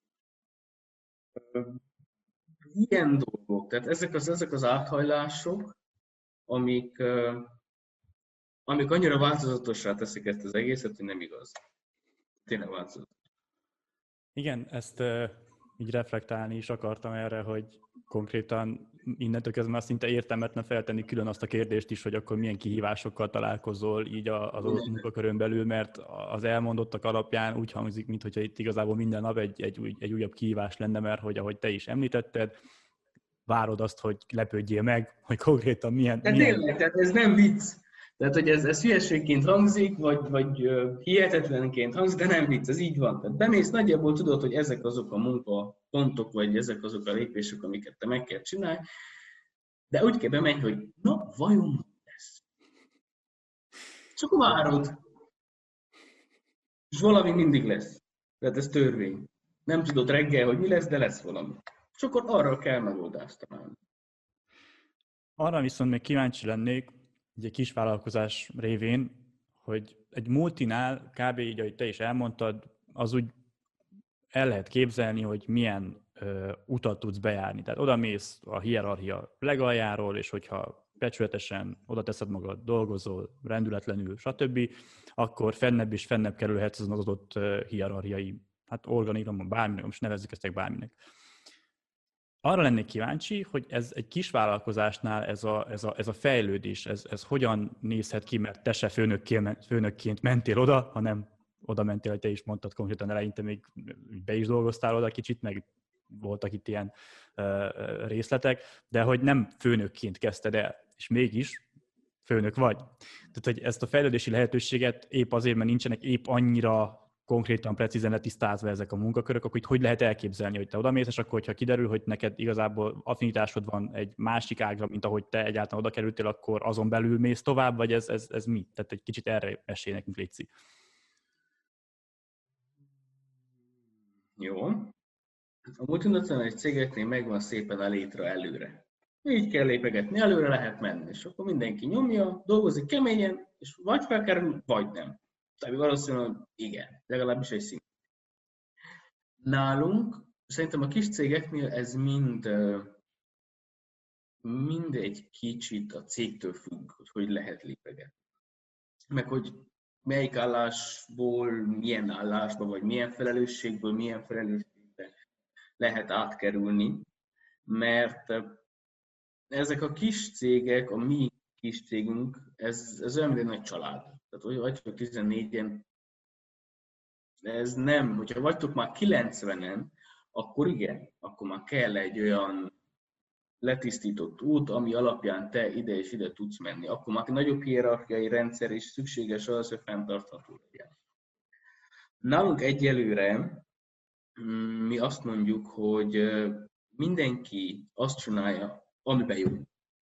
[SPEAKER 2] Ilyen dolgok, tehát ezek az, ezek az áthajlások, amik, amik annyira változatossá teszik ezt az egészet, hogy nem igaz. Tényleg változatos.
[SPEAKER 1] Igen, ezt uh, így reflektálni is akartam erre, hogy konkrétan innentől kezdve már szinte értelmetlen feltenni külön azt a kérdést is, hogy akkor milyen kihívásokkal találkozol így az adott munkakörön belül, mert az elmondottak alapján úgy hangzik, mintha itt igazából minden nap egy, egy, egy újabb kihívás lenne, mert hogy ahogy te is említetted, várod azt, hogy lepődjél meg, hogy konkrétan milyen...
[SPEAKER 2] De
[SPEAKER 1] milyen...
[SPEAKER 2] tényleg, tehát ez nem vicc. Tehát, hogy ez, ez hülyeségként hangzik, vagy, vagy uh, hihetetlenként hangzik, de nem vicc, ez így van. Tehát bemész, nagyjából tudod, hogy ezek azok a munkapontok, vagy ezek azok a lépések, amiket te meg kell csinálni, de úgy kell bemenni, hogy na, vajon mi lesz? És akkor várod. És valami mindig lesz. Tehát ez törvény. Nem tudod reggel, hogy mi lesz, de lesz valami. És akkor arra kell megoldást találni.
[SPEAKER 1] Arra viszont még kíváncsi lennék, egy kisvállalkozás révén, hogy egy multinál, kb. Így, ahogy te is elmondtad, az úgy el lehet képzelni, hogy milyen ö, utat tudsz bejárni. Tehát oda mész a hierarchia legaljáról, és hogyha becsületesen oda teszed magad, dolgozol, rendületlenül, stb., akkor fennebb és fennebb kerülhetsz azon az adott uh, hierarchiai, hát organigramon, bárminek, most nevezzük ezt bárminek. Arra lennék kíváncsi, hogy ez egy kis vállalkozásnál ez a, ez a, ez a fejlődés, ez, ez hogyan nézhet ki, mert te se főnökként, főnökként mentél oda, hanem oda mentél, hogy te is mondtad konkrétan eleinte, még be is dolgoztál oda kicsit, meg voltak itt ilyen uh, részletek, de hogy nem főnökként kezdted el, és mégis főnök vagy. Tehát, hogy ezt a fejlődési lehetőséget épp azért, mert nincsenek épp annyira konkrétan, precízen letisztázva ezek a munkakörök, akkor hogy lehet elképzelni, hogy te odamész, és akkor, hogyha kiderül, hogy neked igazából affinitásod van egy másik ágra, mint ahogy te egyáltalán oda kerültél, akkor azon belül mész tovább, vagy ez, ez, ez mi? Tehát egy kicsit erre mesélj nekünk, létszik.
[SPEAKER 2] Jó. A multinacionális cégeknél megvan szépen a létre előre. Így kell lépegetni, előre lehet menni, és akkor mindenki nyomja, dolgozik keményen, és vagy felkerül, vagy nem. Tehát valószínűleg igen, legalábbis egy szint. Nálunk, szerintem a kis cégeknél ez mind, mind egy kicsit a cégtől függ, hogy hogy lehet lépegetni. Meg hogy melyik állásból, milyen állásba, vagy milyen felelősségből, milyen felelősségbe lehet átkerülni, mert ezek a kis cégek, a mi kis cégünk, ez, ez olyan, mint egy nagy család. Tehát, hogy vagytok tizennégyen, ez nem, hogyha vagytok már kilencvenen, akkor igen, akkor már kell egy olyan letisztított út, ami alapján te ide és ide tudsz menni. Akkor már egy nagyobb hierarchiai rendszer is szükséges az, hogy fenntartható legyen. Nálunk egyelőre mi azt mondjuk, hogy mindenki azt csinálja, amiben jó.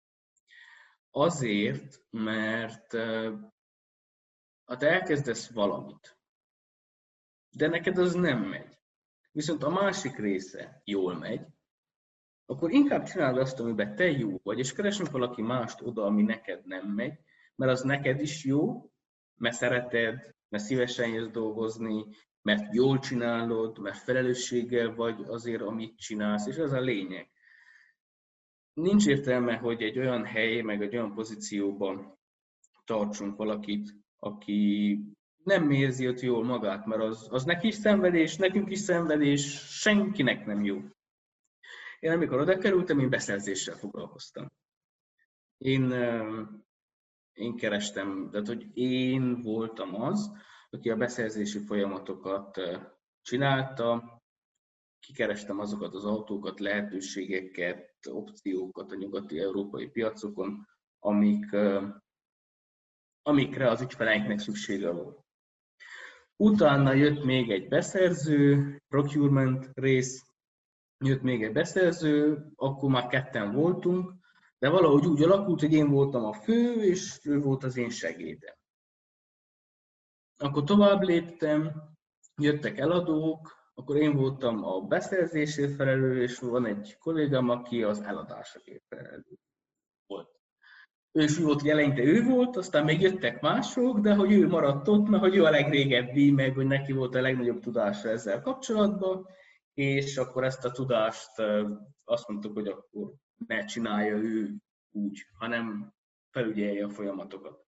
[SPEAKER 2] Azért, mert ha te elkezdesz valamit, de neked az nem megy, viszont a másik része jól megy, akkor inkább csináld azt, amiben te jó vagy, és keresünk valaki mást oda, ami neked nem megy, mert az neked is jó, mert szereted, mert szívesen jössz dolgozni, mert jól csinálod, mert felelősséggel vagy azért, amit csinálsz, és ez a lényeg. Nincs értelme, hogy egy olyan hely, meg egy olyan pozícióban tartsunk valakit, aki nem érzi ott jól magát, mert az, az neki is szenvedés, nekünk is szenvedés, senkinek nem jó. Én amikor oda kerültem, én beszerzéssel foglalkoztam. Én, én kerestem, tehát hogy én voltam az, aki a beszerzési folyamatokat csinálta. Kikerestem azokat az autókat, lehetőségeket, opciókat a nyugati európai piacokon, amik, amikre az ügyfeleinknek szüksége volt. Utána jött még egy beszerző, procurement rész, jött még egy beszerző, akkor már ketten voltunk, de valahogy úgy alakult, hogy én voltam a fő, és ő volt az én segédem. Akkor tovább léptem, jöttek eladók, akkor én voltam a beszerzésért felelős, és van egy kollégám, aki az eladásokért felelős volt. Ő is úgy volt, hogy eleinte ő volt, aztán még jöttek mások, de hogy ő maradt ott, mert hogy ő a legrégebbi, meg hogy neki volt a legnagyobb tudása ezzel kapcsolatban, és akkor ezt a tudást azt mondtuk, hogy akkor ne csinálja ő úgy, hanem felügyelje a folyamatokat.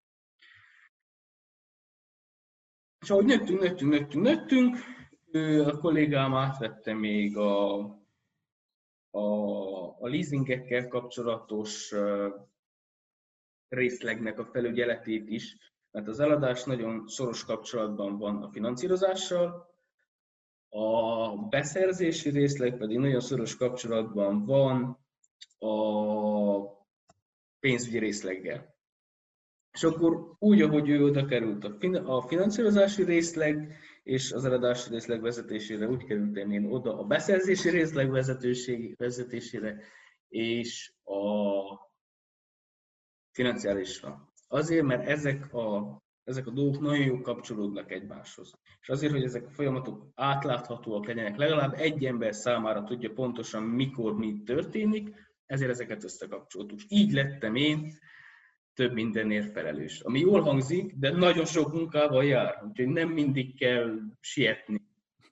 [SPEAKER 2] És ahogy nőttünk, nőttünk, nőttünk, nőttünk, ő, a kollégám átvette még a, a, a leasingekkel kapcsolatos részlegnek a felügyeletét is, mert az eladás nagyon szoros kapcsolatban van a finanszírozással, a beszerzési részleg pedig nagyon szoros kapcsolatban van a pénzügyi részleggel. És akkor úgy, ahogy ő oda került a finanszírozási részleg és az eladási részleg vezetésére, úgy kerültem én oda a beszerzési részleg vezetésére és a financiálisra. Azért, mert ezek a, ezek a dolgok nagyon jól kapcsolódnak egymáshoz. És azért, hogy ezek a folyamatok átláthatóak legyenek, legalább egy ember számára tudja pontosan, mikor mi történik, ezért ezeket összekapcsoltuk. Így lettem én több mindenért felelős. Ami jól hangzik, de nagyon sok munkával jár, úgyhogy nem mindig kell sietni.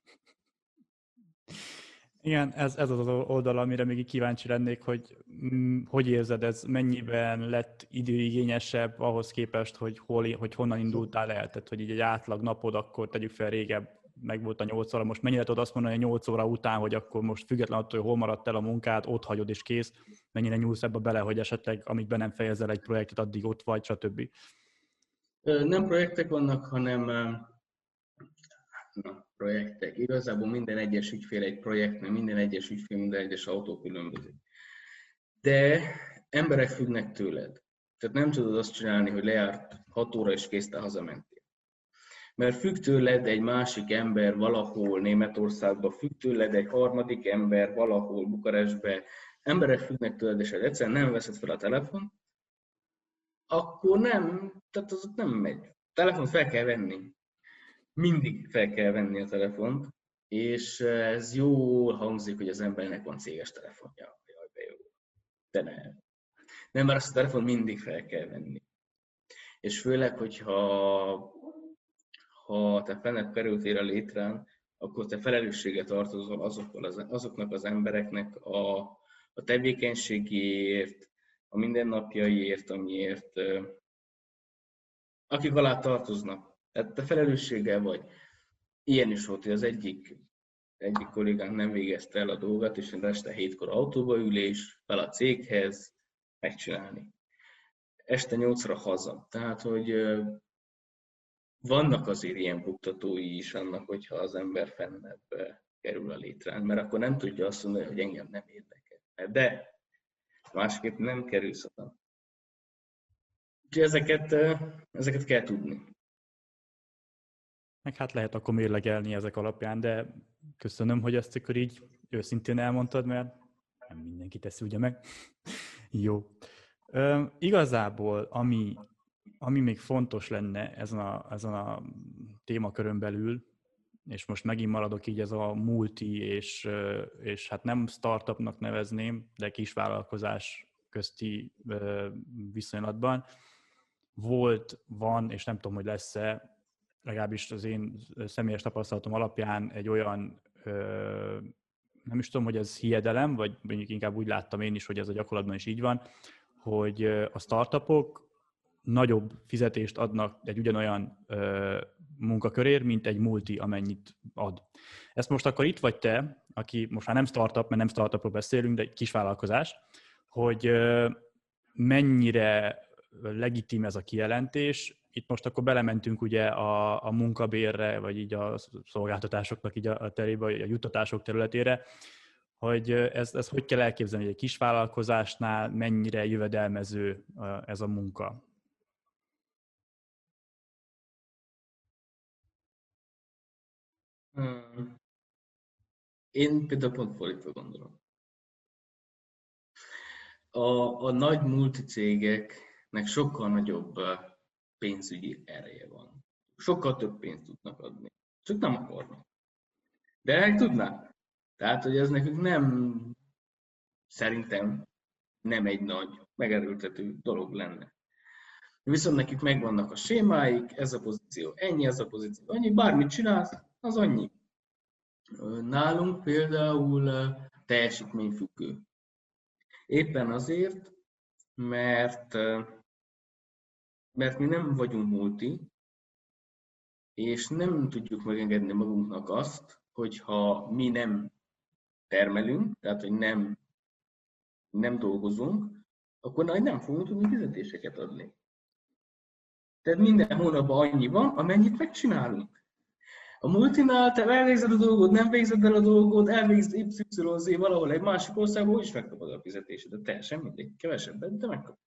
[SPEAKER 1] Igen, ez, ez az az oldal, amire még kíváncsi lennék, hogy mm, hogy érzed, ez mennyiben lett időigényesebb ahhoz képest, hogy, hol, hogy honnan indultál el, tehát hogy így egy átlag napod, akkor tegyük fel régebb, meg volt a nyolc óra, most mennyire tudod azt mondani, hogy nyolc óra után, hogy akkor most független attól, hogy hol maradt el a munkád, ott hagyod és kész, mennyire nyúlsz ebbe bele, hogy esetleg amíg be nem fejezel egy projektet, addig ott vagy, stb.
[SPEAKER 2] Nem projektek vannak, hanem na, projektek. Igazából minden egyes ügyfél egy projekt, mert minden egyes ügyfél, minden egyes autó különbözik. De emberek függnek tőled. Tehát nem tudod azt csinálni, hogy lejárt hat óra és kész, te hazamentél. Mert függ tőled egy másik ember valahol Németországban, függ tőled egy harmadik ember valahol Bukarestben, emberek függnek tőled, és egyszerűen nem veszed fel a telefon, akkor nem, tehát az ott nem megy. A telefont fel kell venni. Mindig fel kell venni a telefont, és ez jól hangzik, hogy az embernek van céges telefonja. Jaj, de jó. De nem. Nem, mert azt a telefont mindig fel kell venni. És főleg, hogyha ha te fennebb kerültél a létrán, akkor te felelősséget tartozol azokkal az, azoknak az embereknek a, a tevékenységéért, a mindennapjaiért, amiért, akik alá tartoznak. Tehát te felelősséggel vagy. Ilyen is volt, hogy az egyik, egyik kollégánk nem végezte el a dolgot, és este hétkor autóba ülés, fel a céghez, megcsinálni. Este nyolcra haza. Tehát, hogy vannak azért ilyen buktatói is annak, hogyha az ember fennebb kerül a létrán, mert akkor nem tudja azt mondani, hogy engem nem érdekel. De másképp nem kerülsz oda. Úgyhogy ezeket, ezeket kell tudni.
[SPEAKER 1] Meg hát lehet akkor mérlegelni ezek alapján, de köszönöm, hogy ezt akkor így őszintén elmondtad, mert nem mindenki teszi ugye meg. Jó. Üm, igazából, ami, ami még fontos lenne ezen a, ezen a témakörön belül, és most megint maradok így ez a multi, és, és hát nem startupnak nevezném, de kisvállalkozás közti viszonylatban, volt, van, és nem tudom, hogy lesz-e, legalábbis az én személyes tapasztalatom alapján egy olyan, nem is tudom, hogy ez hiedelem, vagy mondjuk inkább úgy láttam én is, hogy ez a gyakorlatban is így van, hogy a startupok nagyobb fizetést adnak egy ugyanolyan munkakörért, mint egy multi, amennyit ad. Ezt most akkor itt vagy te, aki most már nem startup, mert nem startupról beszélünk, de egy kisvállalkozás, hogy mennyire legitim ez a kijelentés, itt most akkor belementünk ugye a, a munkabérre, vagy így a szolgáltatásoknak így a, a terébe, a juttatások területére, hogy ezt, ezt hogy kell elképzelni, hogy egy kisvállalkozásnál mennyire jövedelmező ez a munka?
[SPEAKER 2] Hmm. Én például pont fordítva gondolom. A, a nagy multicégeknek sokkal nagyobb pénzügyi ereje van. Sokkal több pénzt tudnak adni. Csak nem akarnak. De meg tudnák. Tehát, hogy ez nekünk nem, szerintem nem egy nagy, megerőltető dolog lenne. Viszont nekik megvannak a sémáik, ez a pozíció ennyi, ez a pozíció annyi, bármit csinálsz, az annyi. Nálunk például teljesítményfüggő. Éppen azért, mert, mert mi nem vagyunk multi, és nem tudjuk megengedni magunknak azt, hogyha mi nem termelünk, tehát hogy nem, nem dolgozunk, akkor nem fogunk tudni fizetéseket adni. Tehát minden hónapban annyi van, amennyit megcsinálunk. A multinál te elvégzed a dolgod, nem végzed el a dolgod, elvégzed iksz ipszilon zé valahol egy másik országban, is megkapod a fizetésedet. Teljesen mindegy, kevesebbet, de megkapod.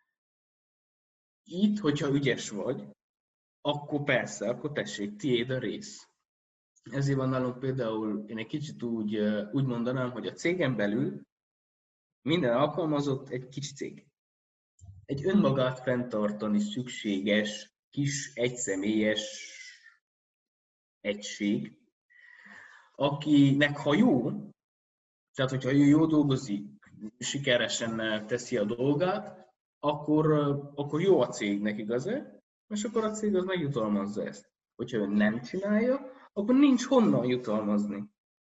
[SPEAKER 2] Itt, hogyha ügyes vagy, akkor persze, akkor tessék, tiéd a rész. Ezért van nálunk például, én egy kicsit úgy, úgy mondanám, hogy a cégen belül minden alkalmazott egy kis cég. Egy önmagát fenntartani szükséges, kis, egyszemélyes egység, akinek ha jó, tehát hogyha ő jó dolgozik, sikeresen teszi a dolgát, akkor, akkor jó a cégnek, igaz-e? És akkor a cég az megjutalmazza ezt. Hogyha ő nem csinálja, akkor nincs honnan jutalmazni.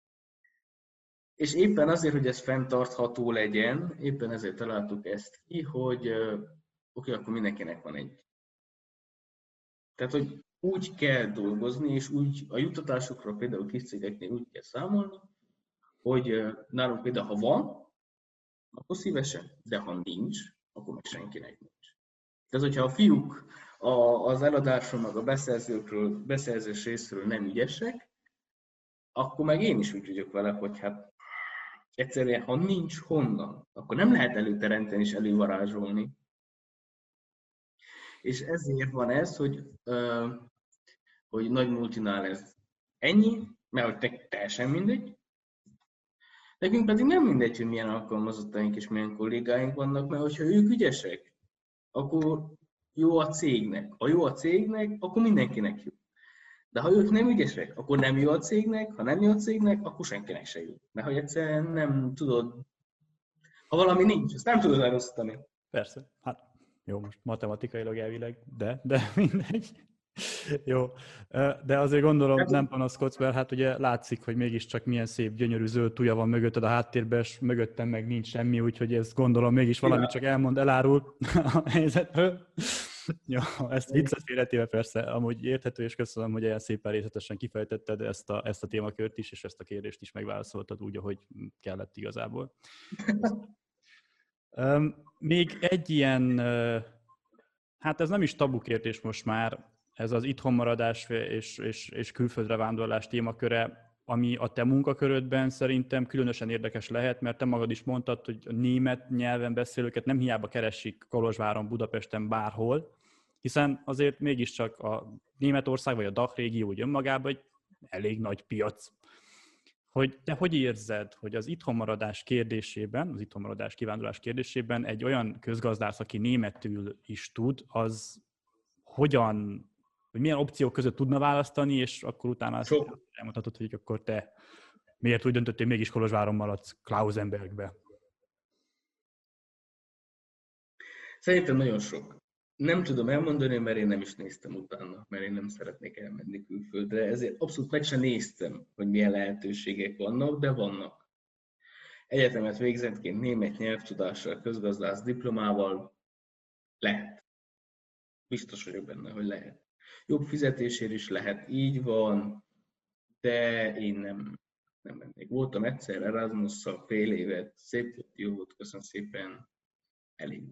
[SPEAKER 2] És éppen azért, hogy ez fenntartható legyen, éppen ezért találtuk ezt ki, hogy oké, okay, akkor mindenkinek van egy. Tehát, hogy úgy kell dolgozni, és úgy a juttatásokra például kis cégeknél úgy kell számolni, hogy nálunk például, ha van, akkor szívesen, de ha nincs, akkor meg senkinek nincs. Tehát, hogyha a fiúk a, az eladásról, meg a beszerzőkről, beszerzés részről nem ügyesek, akkor meg én is úgy vagyok vele, hogy hát egyszerűen, ha nincs honnan, akkor nem lehet előteremteni és elővarázsolni. És ezért van ez, hogy, uh, hogy nagy multinál ez ennyi, mert hogy teljesen mindegy. Nekünk pedig nem mindegy, hogy milyen alkalmazottaink és milyen kollégáink vannak, mert hogyha ők ügyesek, akkor jó a cégnek. Ha jó a cégnek, akkor mindenkinek jó. De ha ők nem ügyesek, akkor nem jó a cégnek, ha nem jó a cégnek, akkor senkinek se jó. Mert hogy egyszerűen nem tudod, ha valami nincs, azt nem tudod elosztani.
[SPEAKER 1] Persze, hát jó, most matematikailag elvileg, de, de mindegy. Jó, de azért gondolom nem panaszkodsz, mert hát ugye látszik, hogy mégiscsak milyen szép, gyönyörű zöld tuja van mögötted a háttérben, és mögöttem meg nincs semmi, úgyhogy ezt gondolom mégis valami csak elmond, elárul a helyzetről. Ja, ezt viccet félretéve persze, amúgy érthető, és köszönöm, hogy ilyen szépen részletesen kifejtetted ezt a, ezt a témakört is, és ezt a kérdést is megválaszoltad úgy, ahogy kellett igazából. Még egy ilyen, hát ez nem is tabu kérdés most már, ez az itthonmaradás és, és, és külföldre vándorlás témaköre, ami a te munkakörödben szerintem különösen érdekes lehet, mert te magad is mondtad, hogy a német nyelven beszélőket nem hiába keresik Kolozsváron, Budapesten, bárhol, hiszen azért mégiscsak a Németország vagy a dé á cé régió úgy önmagában egy elég nagy piac. Hogy te hogy érzed, hogy az itthonmaradás kérdésében, az itthonmaradás kivándorlás kérdésében egy olyan közgazdász, aki németül is tud, az hogyan, hogy milyen opciók között tudna választani, és akkor utána azt elmondhatod, hogy akkor te miért úgy döntöttél, mégis Kolozsváron maradsz Klausenbergbe?
[SPEAKER 2] Szerintem nagyon sok. Nem tudom elmondani, mert én nem is néztem utána, mert én nem szeretnék elmenni külföldre, ezért abszolút meg sem néztem, hogy milyen lehetőségek vannak, de vannak. Egyetemet végzettként német nyelvtudással, közgazdász diplomával lehet. Biztos vagyok benne, hogy lehet. Jobb fizetésért is lehet, így van, de én nem, nem mennék. Voltam egyszer Erasmusszal fél évet, szép volt, jó volt, köszönöm szépen, elég volt.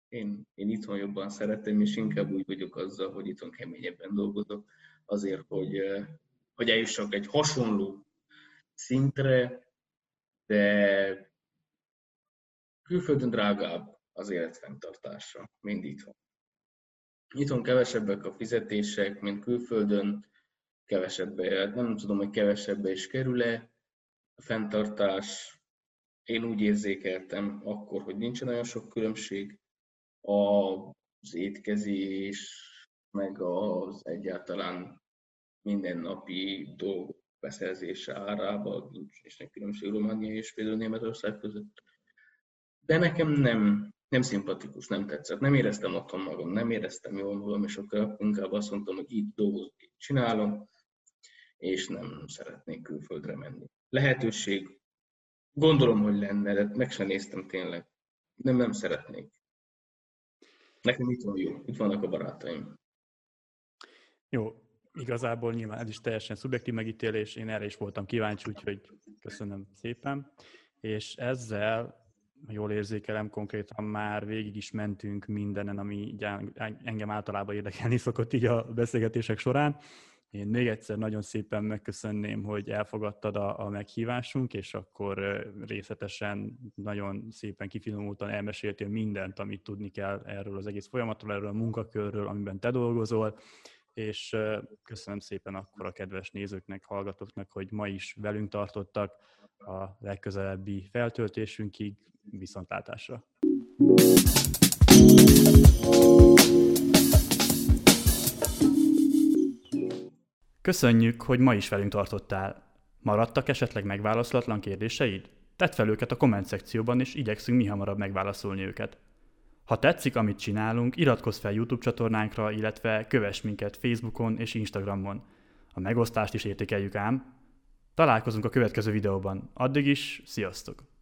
[SPEAKER 2] Én, én itthon jobban szeretem, és inkább úgy vagyok azzal, hogy itthon keményebben dolgozok, azért, hogy, hogy eljussak egy hasonló szintre, de külföldön drágább az életfenntartása, mint itthon. Itthon kevesebbek a fizetések, mint külföldön, kevesebbe, nem tudom, hogy kevesebbe is kerül-e a fenntartás. Én úgy érzékeltem akkor, hogy nincsen olyan sok különbség az étkezés, meg az egyáltalán mindennapi dolgok beszerzése árában, nincs is különbség Románia és például Németország között. De nekem nem, nem szimpatikus, nem tetszett. Nem éreztem otthon magam, nem éreztem jól magam, és akkor inkább azt mondtam, hogy itt dolgozok, itt csinálom, és nem szeretnék külföldre menni. Lehetőség, gondolom, hogy lenne, de meg sem néztem tényleg. Nem, nem szeretnék. Nekem itt van jó, itt vannak a barátaim.
[SPEAKER 1] Jó, igazából nyilván ez is teljesen szubjektív megítélés, én erre is voltam kíváncsi, úgyhogy köszönöm szépen. És ezzel, ha jól érzékelem, konkrétan már végig is mentünk mindenen, ami engem általában érdekelni szokott így a beszélgetések során. Én még egyszer nagyon szépen megköszönném, hogy elfogadtad a, a meghívásunk, és akkor részletesen, nagyon szépen kifinomultan elmeséltél mindent, amit tudni kell erről az egész folyamatról, erről a munkakörről, amiben te dolgozol, és köszönöm szépen akkor a kedves nézőknek, hallgatóknak, hogy ma is velünk tartottak a legközelebbi feltöltésünkig. Viszontlátásra! Köszönjük, hogy ma is velünk tartottál. Maradtak esetleg megválaszolatlan kérdéseid? Tedd fel őket a komment szekcióban, és igyekszünk mihamarabb megválaszolni őket. Ha tetszik, amit csinálunk, iratkozz fel YouTube csatornánkra, illetve kövess minket Facebookon és Instagramon. A megosztást is értékeljük ám. Találkozunk a következő videóban. Addig is, sziasztok!